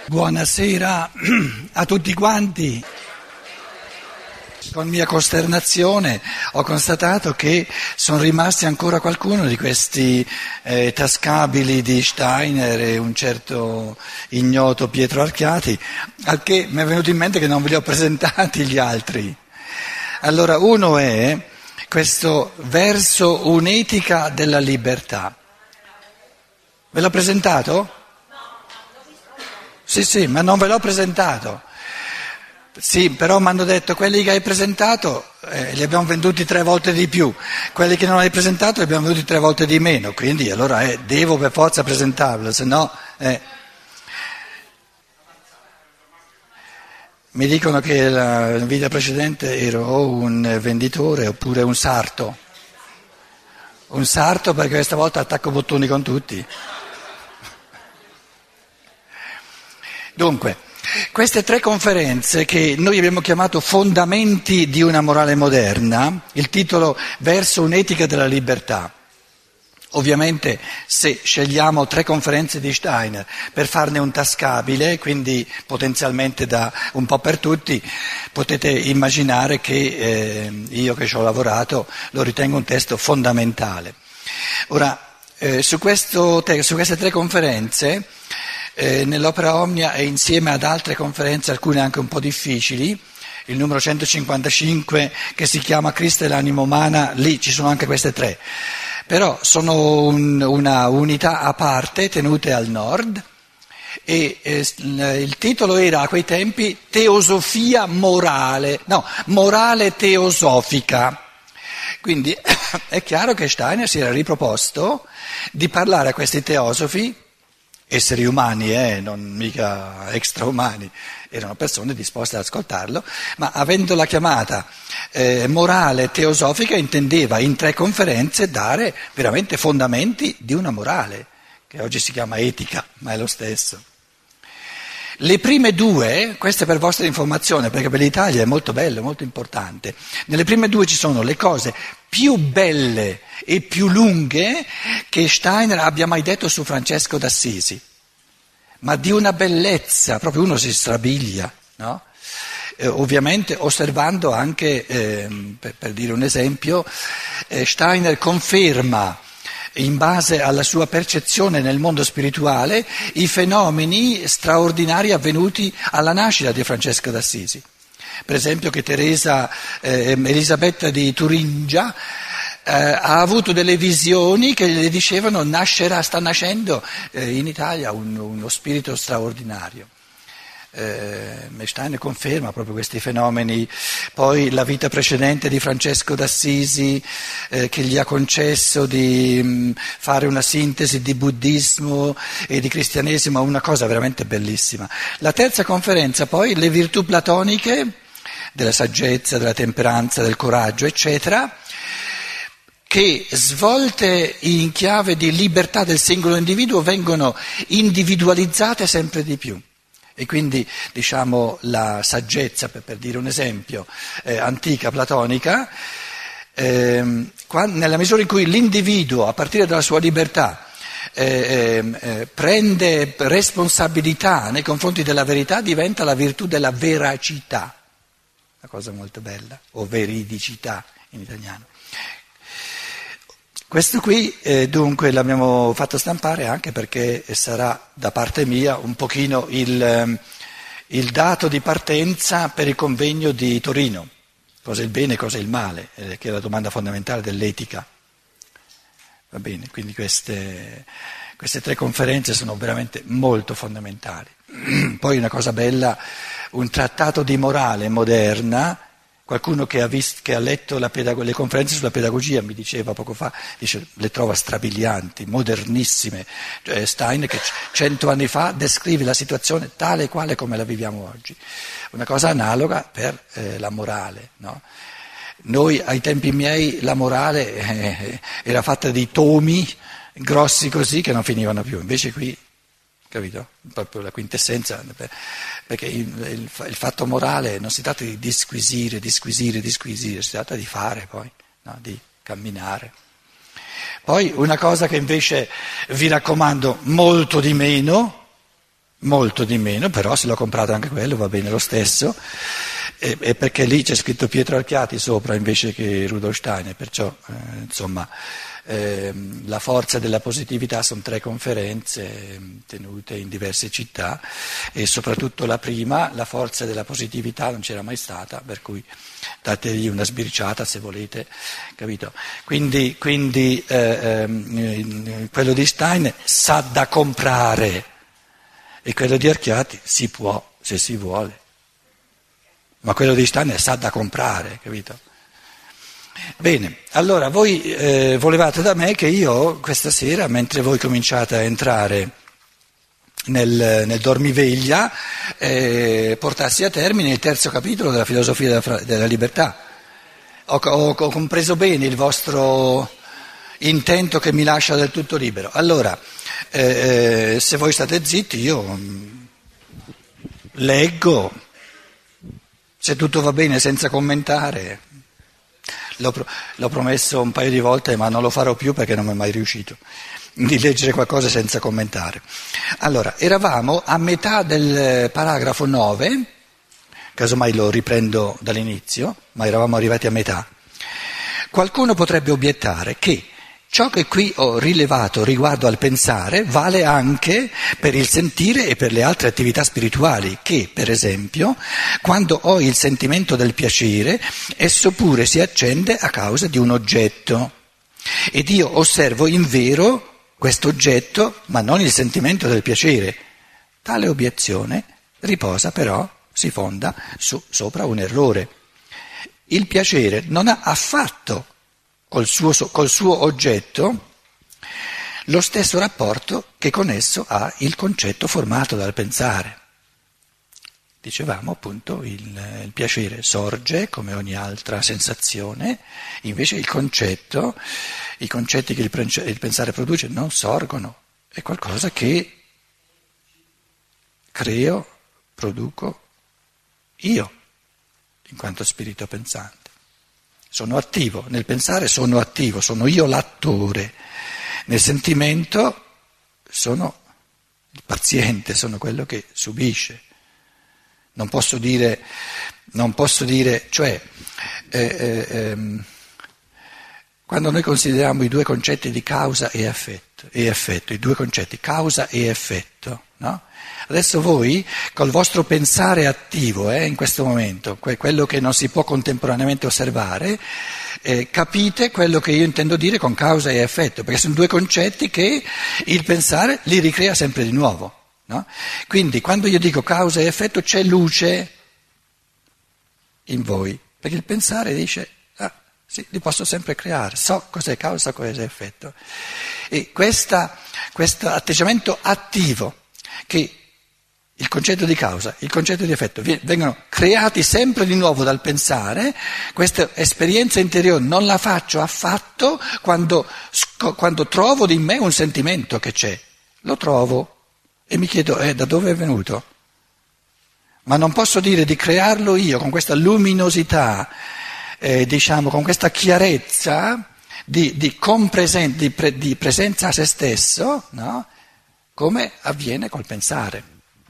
Buonasera a tutti quanti. Con mia costernazione ho constatato che sono rimasti ancora qualcuno di questi tascabili di Steiner e un certo ignoto Pietro Archiati, al che mi è venuto in mente che non ve li ho presentati gli altri. Allora, uno è questo verso un'etica della libertà. Ve l'ho presentato? Sì, ma non ve l'ho presentato. Sì, però mi hanno detto quelli che hai presentato li abbiamo venduti 3 volte di più, quelli che non hai presentato li abbiamo venduti 3 volte di meno, quindi allora devo per forza presentarlo, se no... Mi dicono che la vita precedente ero o un venditore oppure un sarto. Un sarto perché questa volta attacco bottoni con tutti. Dunque, queste 3 conferenze che noi abbiamo chiamato Fondamenti di una morale moderna, il titolo Verso un'etica della libertà. Ovviamente se scegliamo 3 conferenze di Steiner per farne un tascabile, quindi potenzialmente da un po' per tutti, potete immaginare che io che ci ho lavorato lo ritengo un testo fondamentale. Ora, su queste 3 conferenze, nell'Opera Omnia e insieme ad altre conferenze, alcune anche un po' difficili, il numero 155 che si chiama Cristo e l'anima umana, lì ci sono anche queste 3. Però sono una unità a parte tenute al nord e il titolo era a quei tempi Teosofia morale, no, morale teosofica. Quindi è chiaro che Steiner si era riproposto di parlare a questi teosofi, esseri umani, non mica extraumani, erano persone disposte ad ascoltarlo, ma avendo la chiamata morale teosofica intendeva in 3 conferenze dare veramente fondamenti di una morale, che oggi si chiama etica, ma è lo stesso. Le prime 2, queste per vostra informazione, perché per l'Italia è molto bello, molto importante, nelle prime 2 ci sono le cose più belle e più lunghe che Steiner abbia mai detto su Francesco d'Assisi, ma di una bellezza, proprio uno si strabiglia, no? Ovviamente osservando anche, per dire un esempio, Steiner conferma in base alla sua percezione nel mondo spirituale i fenomeni straordinari avvenuti alla nascita di Francesco d'Assisi. Per esempio che Elisabetta di Turingia ha avuto delle visioni che le dicevano sta nascendo in Italia uno spirito straordinario. Steiner conferma proprio questi fenomeni. Poi la vita precedente di Francesco d'Assisi che gli ha concesso di fare una sintesi di buddismo e di cristianesimo, una cosa veramente bellissima. La terza conferenza poi, le virtù platoniche della saggezza, della temperanza, del coraggio, eccetera, che svolte in chiave di libertà del singolo individuo vengono individualizzate sempre di più. E quindi diciamo la saggezza, per dire un esempio, antica, platonica, nella misura in cui l'individuo a partire dalla sua libertà prende responsabilità nei confronti della verità, diventa la virtù della veracità, una cosa molto bella, o veridicità in italiano. Questo qui dunque l'abbiamo fatto stampare anche perché sarà da parte mia un pochino il dato di partenza per il convegno di Torino, cosa è il bene e cosa è il male, che è la domanda fondamentale dell'etica. Va bene, quindi queste 3 conferenze sono veramente molto fondamentali. Poi una cosa bella, un trattato di morale moderna. Qualcuno che ha letto le conferenze sulla pedagogia mi diceva poco fa, le trova strabilianti, modernissime. Cioè Steiner che 100 anni fa descrive la situazione tale e quale come la viviamo oggi. Una cosa analoga per la morale, no? Noi ai tempi miei la morale era fatta di tomi grossi così che non finivano più, invece qui... Capito? Proprio la quintessenza, perché il fatto morale non si tratta di disquisire, si tratta di fare poi, no? Di camminare. Poi una cosa che invece vi raccomando molto di meno, molto di meno, però se l'ho comprato anche quello va bene lo stesso, e perché lì c'è scritto Pietro Archiati sopra invece che Rudolf Steiner, perciò insomma la forza della positività sono 3 conferenze tenute in diverse città e soprattutto la prima, la forza della positività non c'era mai stata, per cui dategli una sbirciata se volete, capito? Quindi quello di Steiner sa da comprare e quello di Archiati si può se si vuole, ma quello di Steiner sa da comprare, capito? Bene, allora voi volevate da me che io questa sera, mentre voi cominciate a entrare nel dormiveglia, portassi a termine il 3° capitolo della filosofia della libertà. Ho compreso bene il vostro intento che mi lascia del tutto libero. Allora, se voi state zitti, io leggo, se tutto va bene senza commentare. L'ho promesso un paio di volte, ma non lo farò più perché non mi è mai riuscito di leggere qualcosa senza commentare. Allora, eravamo a metà del paragrafo 9, casomai lo riprendo dall'inizio, ma eravamo arrivati a metà. Qualcuno potrebbe obiettare che ciò che qui ho rilevato riguardo al pensare vale anche per il sentire e per le altre attività spirituali, che, per esempio, quando ho il sentimento del piacere, esso pure si accende a causa di un oggetto. Ed io osservo in vero questo oggetto, ma non il sentimento del piacere. Tale obiezione riposa però, si fonda sopra un errore. Il piacere non ha affatto col suo oggetto lo stesso rapporto che con esso ha il concetto formato dal pensare. Dicevamo appunto il piacere sorge come ogni altra sensazione, invece i concetti che il pensare produce non sorgono, è qualcosa che creo, produco io, in quanto spirito pensante. Sono attivo, nel pensare sono attivo, sono io l'attore, nel sentimento sono il paziente, sono quello che subisce. Non posso dire, cioè, quando noi consideriamo i 2 concetti di causa e effetto, i 2 concetti, causa e effetto, no? Adesso voi, col vostro pensare attivo, in questo momento, quello che non si può contemporaneamente osservare, capite quello che io intendo dire con causa e effetto, perché sono 2 concetti che il pensare li ricrea sempre di nuovo, no? Quindi quando io dico causa e effetto c'è luce in voi, perché il pensare dice, sì, li posso sempre creare, so cos'è causa, cos'è effetto. E questo atteggiamento attivo, che il concetto di causa, il concetto di effetto vengono creati sempre di nuovo dal pensare, questa esperienza interiore non la faccio affatto quando trovo in me un sentimento che c'è, lo trovo e mi chiedo da dove è venuto? Ma non posso dire di crearlo io con questa luminosità, con questa chiarezza di presenza a se stesso, no? Come avviene col pensare.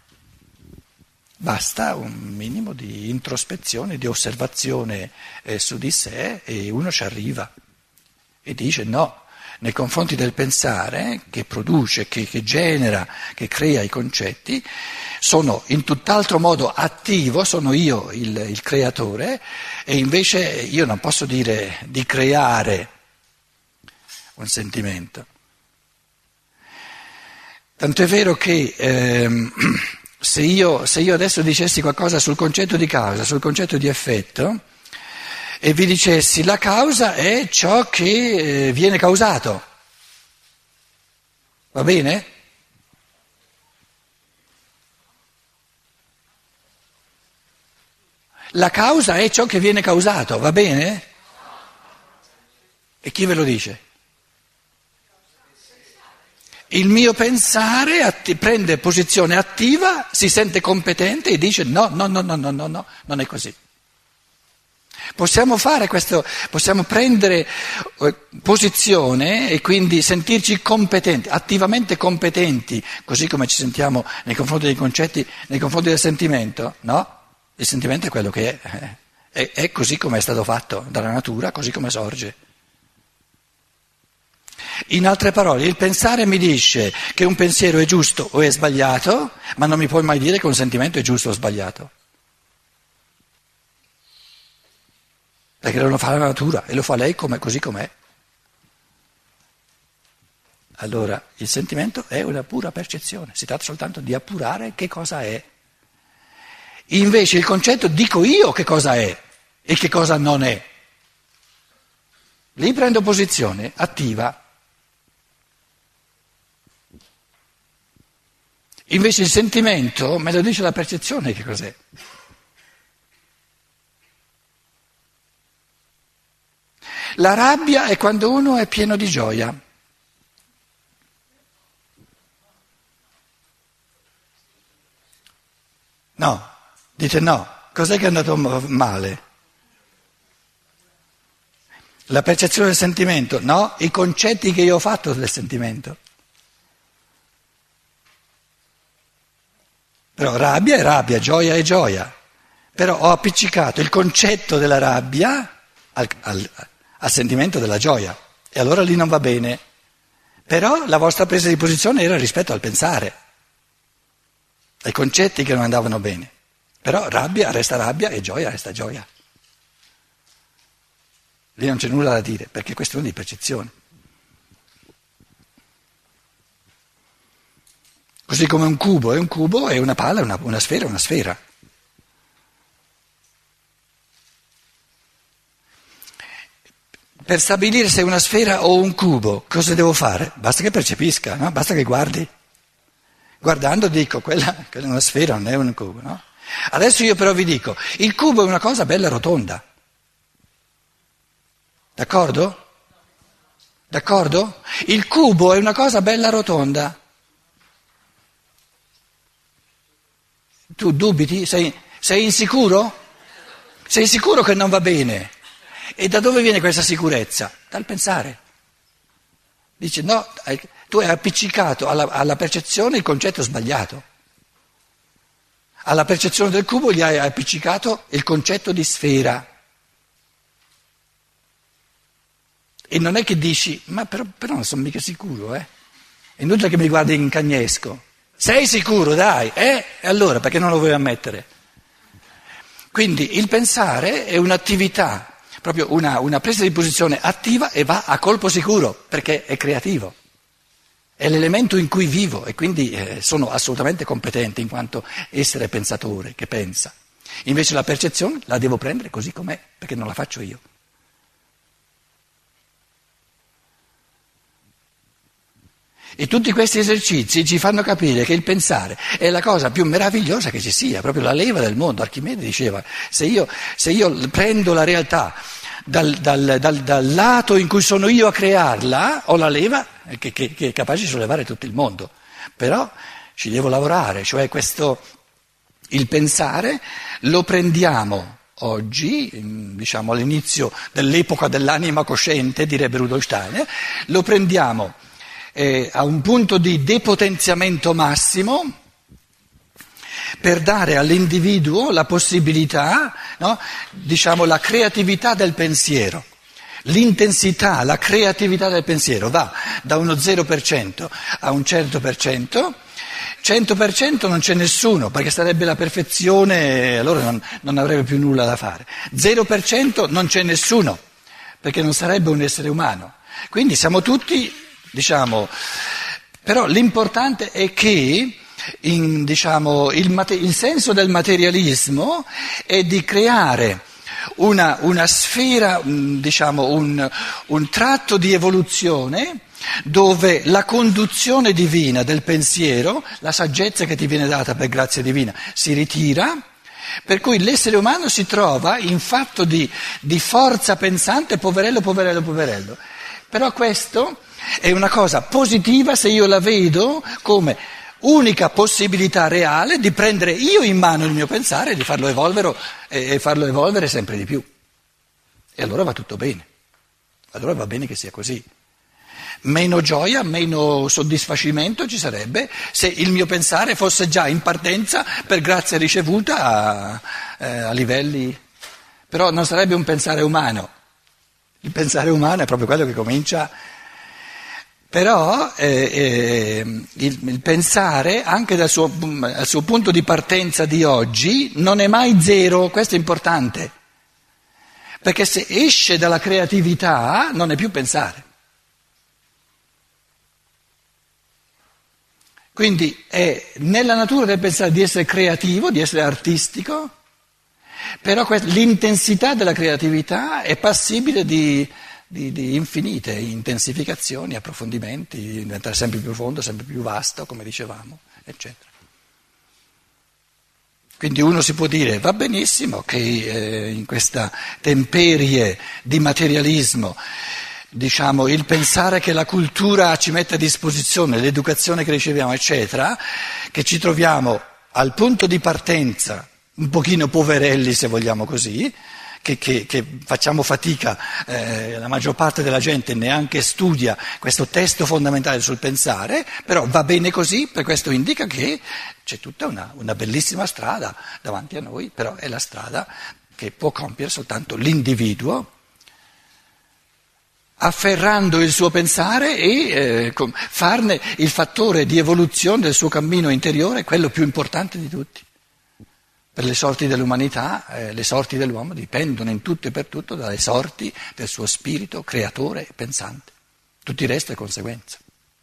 Basta un minimo di introspezione, di osservazione su di sé e uno ci arriva e dice no, nei confronti del pensare che produce, che genera, che crea i concetti, sono in tutt'altro modo attivo, sono io il creatore e invece io non posso dire di creare un sentimento. Tanto è vero che se io adesso dicessi qualcosa sul concetto di causa, sul concetto di effetto, e vi dicessi la causa è ciò che viene causato, va bene? La causa è ciò che viene causato, va bene? E chi ve lo dice? Il mio pensare prende posizione attiva, si sente competente e dice no, non è così. Possiamo fare questo, possiamo prendere posizione e quindi sentirci competenti, attivamente competenti, così come ci sentiamo nei confronti dei concetti, nei confronti del sentimento, no? Il sentimento è quello che è così come è stato fatto dalla natura, così come sorge. In altre parole, il pensare mi dice che un pensiero è giusto o è sbagliato, ma non mi puoi mai dire che un sentimento è giusto o sbagliato. Perché lo fa la natura e lo fa lei così com'è. Allora, il sentimento è una pura percezione, si tratta soltanto di appurare che cosa è. Invece il concetto dico io che cosa è e che cosa non è. Lì prendo posizione attiva. Invece il sentimento me lo dice la percezione che cos'è. La rabbia è quando uno è pieno di gioia. No, dite no, cos'è che è andato male? La percezione del sentimento? No, i concetti che io ho fatto del sentimento. Però rabbia è rabbia, gioia è gioia. Però ho appiccicato il concetto della rabbia al sentimento della gioia. E allora lì non va bene. Però la vostra presa di posizione era rispetto al pensare, ai concetti che non andavano bene. Però rabbia e gioia resta gioia. Lì non c'è nulla da dire, perché è questione di percezione. Così come un cubo è una palla, una sfera è una sfera. Per stabilire se è una sfera o un cubo, cosa devo fare? Basta che percepisca, no? Basta che guardi. Guardando dico, quella è una sfera, non è un cubo, no? Adesso io però vi dico, il cubo è una cosa bella rotonda. D'accordo? D'accordo? Il cubo è una cosa bella rotonda. Tu dubiti? Sei insicuro? Sei sicuro che non va bene? E da dove viene questa sicurezza? Dal pensare. Dice no, tu hai appiccicato alla percezione il concetto sbagliato. Alla percezione del cubo gli hai appiccicato il concetto di sfera. E non è che dici, ma però non sono mica sicuro, È inutile che mi guardi in cagnesco. Sei sicuro, dai, E allora perché non lo vuoi ammettere? Quindi il pensare è un'attività, proprio una presa di posizione attiva e va a colpo sicuro, perché è creativo. È l'elemento in cui vivo e quindi sono assolutamente competente in quanto essere pensatore che pensa. Invece la percezione la devo prendere così com'è, perché non la faccio io. E tutti questi esercizi ci fanno capire che il pensare è la cosa più meravigliosa che ci sia, proprio la leva del mondo. Archimede diceva, se io prendo la realtà dal lato in cui sono io a crearla, ho la leva che è capace di sollevare tutto il mondo. Però ci devo lavorare, cioè il pensare lo prendiamo oggi, diciamo all'inizio dell'epoca dell'anima cosciente, direbbe Rudolf Steiner, lo prendiamo a un punto di depotenziamento massimo per dare all'individuo la possibilità, no? Diciamo la creatività del pensiero, l'intensità, la creatività del pensiero va da uno 0% a un 100%, 100% non c'è nessuno perché sarebbe la perfezione, allora non avrebbe più nulla da fare, 0% non c'è nessuno perché non sarebbe un essere umano, quindi siamo tutti. Diciamo, però l'importante è che il senso del materialismo è di creare una sfera, diciamo, un tratto di evoluzione dove la conduzione divina del pensiero, la saggezza che ti viene data per grazia divina, si ritira, per cui l'essere umano si trova in fatto di forza pensante, poverello. Però questo è una cosa positiva se io la vedo come unica possibilità reale di prendere io in mano il mio pensare e di farlo evolvere sempre di più. e allora va tutto bene, allora va bene che sia così. Meno gioia, meno soddisfacimento ci sarebbe se il mio pensare fosse già in partenza per grazia ricevuta a livelli, però non sarebbe un pensare umano. Il pensare umano è proprio quello che comincia, però il pensare anche dal suo punto di partenza di oggi non è mai zero, questo è importante, perché se esce dalla creatività non è più pensare. Quindi è nella natura del pensare di essere creativo, di essere artistico, però l'intensità della creatività è passibile di infinite intensificazioni, approfondimenti, diventare sempre più profondo, sempre più vasto, come dicevamo, eccetera. Quindi uno si può dire, va benissimo che in questa temperie di materialismo, diciamo, il pensare che la cultura ci mette a disposizione, l'educazione che riceviamo, eccetera, che ci troviamo al punto di partenza, un pochino poverelli se vogliamo così, che facciamo fatica, la maggior parte della gente neanche studia questo testo fondamentale sul pensare, però va bene così, per questo indica che c'è tutta una bellissima strada davanti a noi, però è la strada che può compiere soltanto l'individuo, afferrando il suo pensare e farne il fattore di evoluzione del suo cammino interiore, quello più importante di tutti. Per le sorti dell'umanità, le sorti dell'uomo dipendono in tutto e per tutto dalle sorti del suo spirito creatore e pensante. Tutto il resto è conseguenza.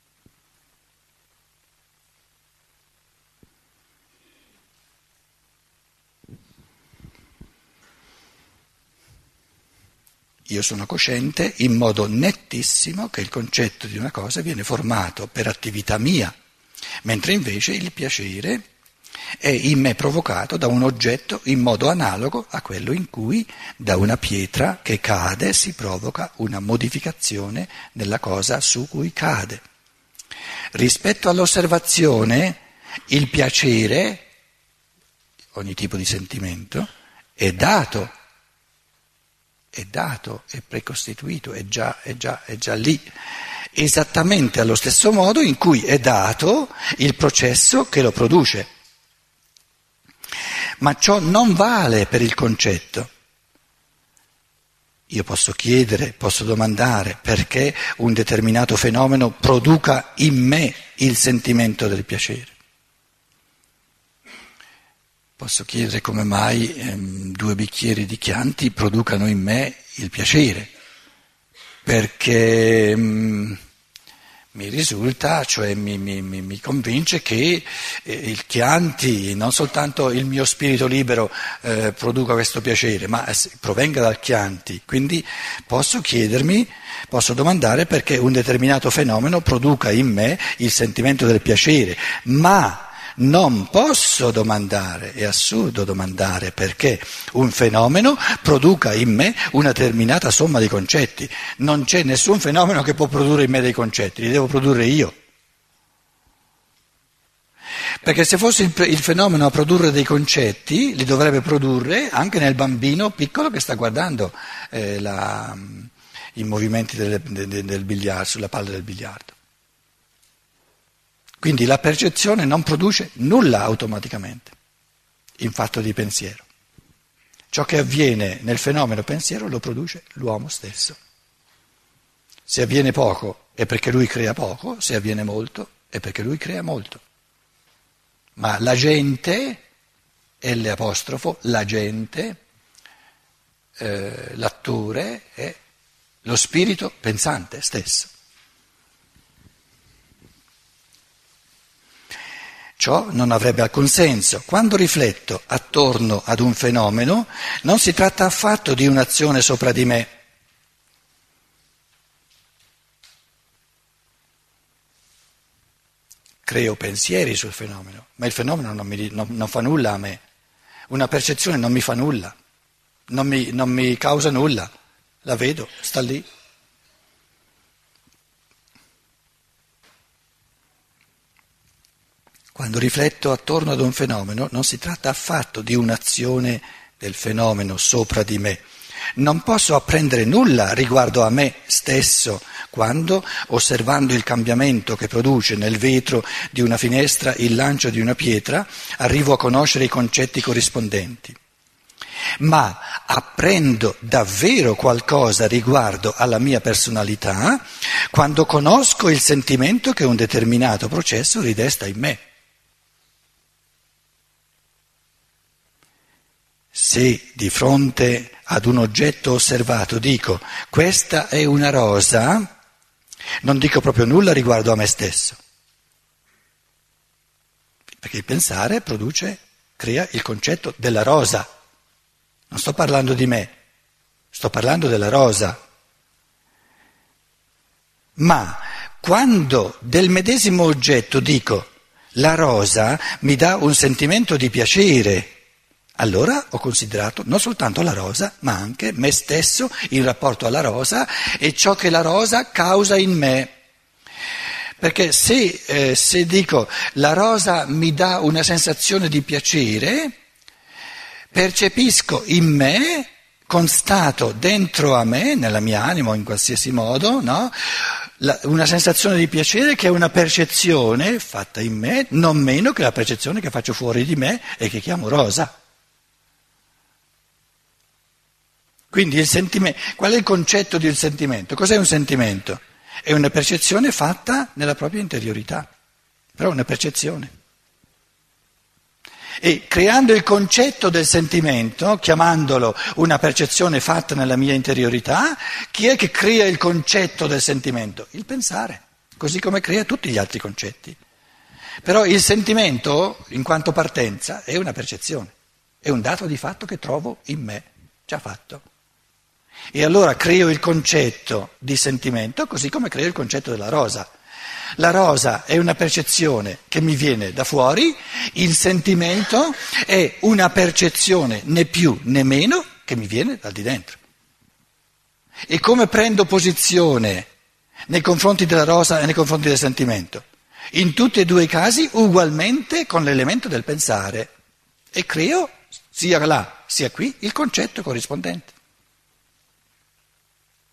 Io sono cosciente in modo nettissimo che il concetto di una cosa viene formato per attività mia, mentre invece il piacere è in me provocato da un oggetto in modo analogo a quello in cui da una pietra che cade si provoca una modificazione della cosa su cui cade. Rispetto all'osservazione, il piacere, ogni tipo di sentimento, è dato, è precostituito, è già lì, esattamente allo stesso modo in cui è dato il processo che lo produce. Ma ciò non vale per il concetto. Io posso chiedere, posso domandare perché un determinato fenomeno produca in me il sentimento del piacere. Posso chiedere come mai 2 bicchieri di Chianti producano in me il piacere, perché mi risulta, cioè mi convince che il Chianti, non soltanto il mio spirito libero produca questo piacere, ma provenga dal Chianti. Quindi posso chiedermi, posso domandare perché un determinato fenomeno produca in me il sentimento del piacere, ma non posso domandare, è assurdo domandare perché un fenomeno produca in me una determinata somma di concetti. Non c'è nessun fenomeno che può produrre in me dei concetti, li devo produrre io. Perché se fosse il fenomeno a produrre dei concetti, li dovrebbe produrre anche nel bambino piccolo che sta guardando i movimenti del biliardo, sulla palla del biliardo. Quindi la percezione non produce nulla automaticamente in fatto di pensiero. Ciò che avviene nel fenomeno pensiero lo produce l'uomo stesso. Se avviene poco è perché lui crea poco, se avviene molto è perché lui crea molto. Ma la gente, la gente, l'attore è lo spirito pensante stesso. Ciò non avrebbe alcun senso. Quando rifletto attorno ad un fenomeno, non si tratta affatto di un'azione sopra di me. Creo pensieri sul fenomeno, ma il fenomeno non fa nulla a me. Una percezione non mi fa nulla, non mi causa nulla. La vedo, sta lì. Quando rifletto attorno ad un fenomeno non si tratta affatto di un'azione del fenomeno sopra di me, Non posso apprendere nulla riguardo a me stesso quando, osservando il cambiamento che produce nel vetro di una finestra il lancio di una pietra, arrivo a conoscere i concetti corrispondenti. Ma apprendo davvero qualcosa riguardo alla mia personalità quando conosco il sentimento che un determinato processo ridesta in me. Se di fronte ad un oggetto osservato dico questa è una rosa, non dico proprio nulla riguardo a me stesso, perché il pensare crea il concetto della rosa. Non sto parlando di me, sto parlando della rosa. Ma quando del medesimo oggetto dico la rosa mi dà un sentimento di piacere, allora ho considerato non soltanto la rosa, ma anche me stesso in rapporto alla rosa e ciò che la rosa causa in me. Perché se dico la rosa mi dà una sensazione di piacere, percepisco in me, constato dentro a me, nella mia anima o in qualsiasi modo, no? Una sensazione di piacere che è una percezione fatta in me, non meno che la percezione che faccio fuori di me e che chiamo rosa. Quindi il sentimento, qual è il concetto di un sentimento? Cos'è un sentimento? È una percezione fatta nella propria interiorità, però una percezione. E creando il concetto del sentimento, chiamandolo una percezione fatta nella mia interiorità, chi è che crea il concetto del sentimento? Il pensare, così come crea tutti gli altri concetti. Però il sentimento, in quanto partenza, è una percezione, è un dato di fatto che trovo in me, già fatto. E allora creo il concetto di sentimento, così come creo il concetto della rosa. La rosa è una percezione che mi viene da fuori, il sentimento è una percezione né più né meno che mi viene dal di dentro. E come prendo posizione nei confronti della rosa e nei confronti del sentimento? In tutti e due i casi ugualmente con l'elemento del pensare e creo sia là sia qui il concetto corrispondente.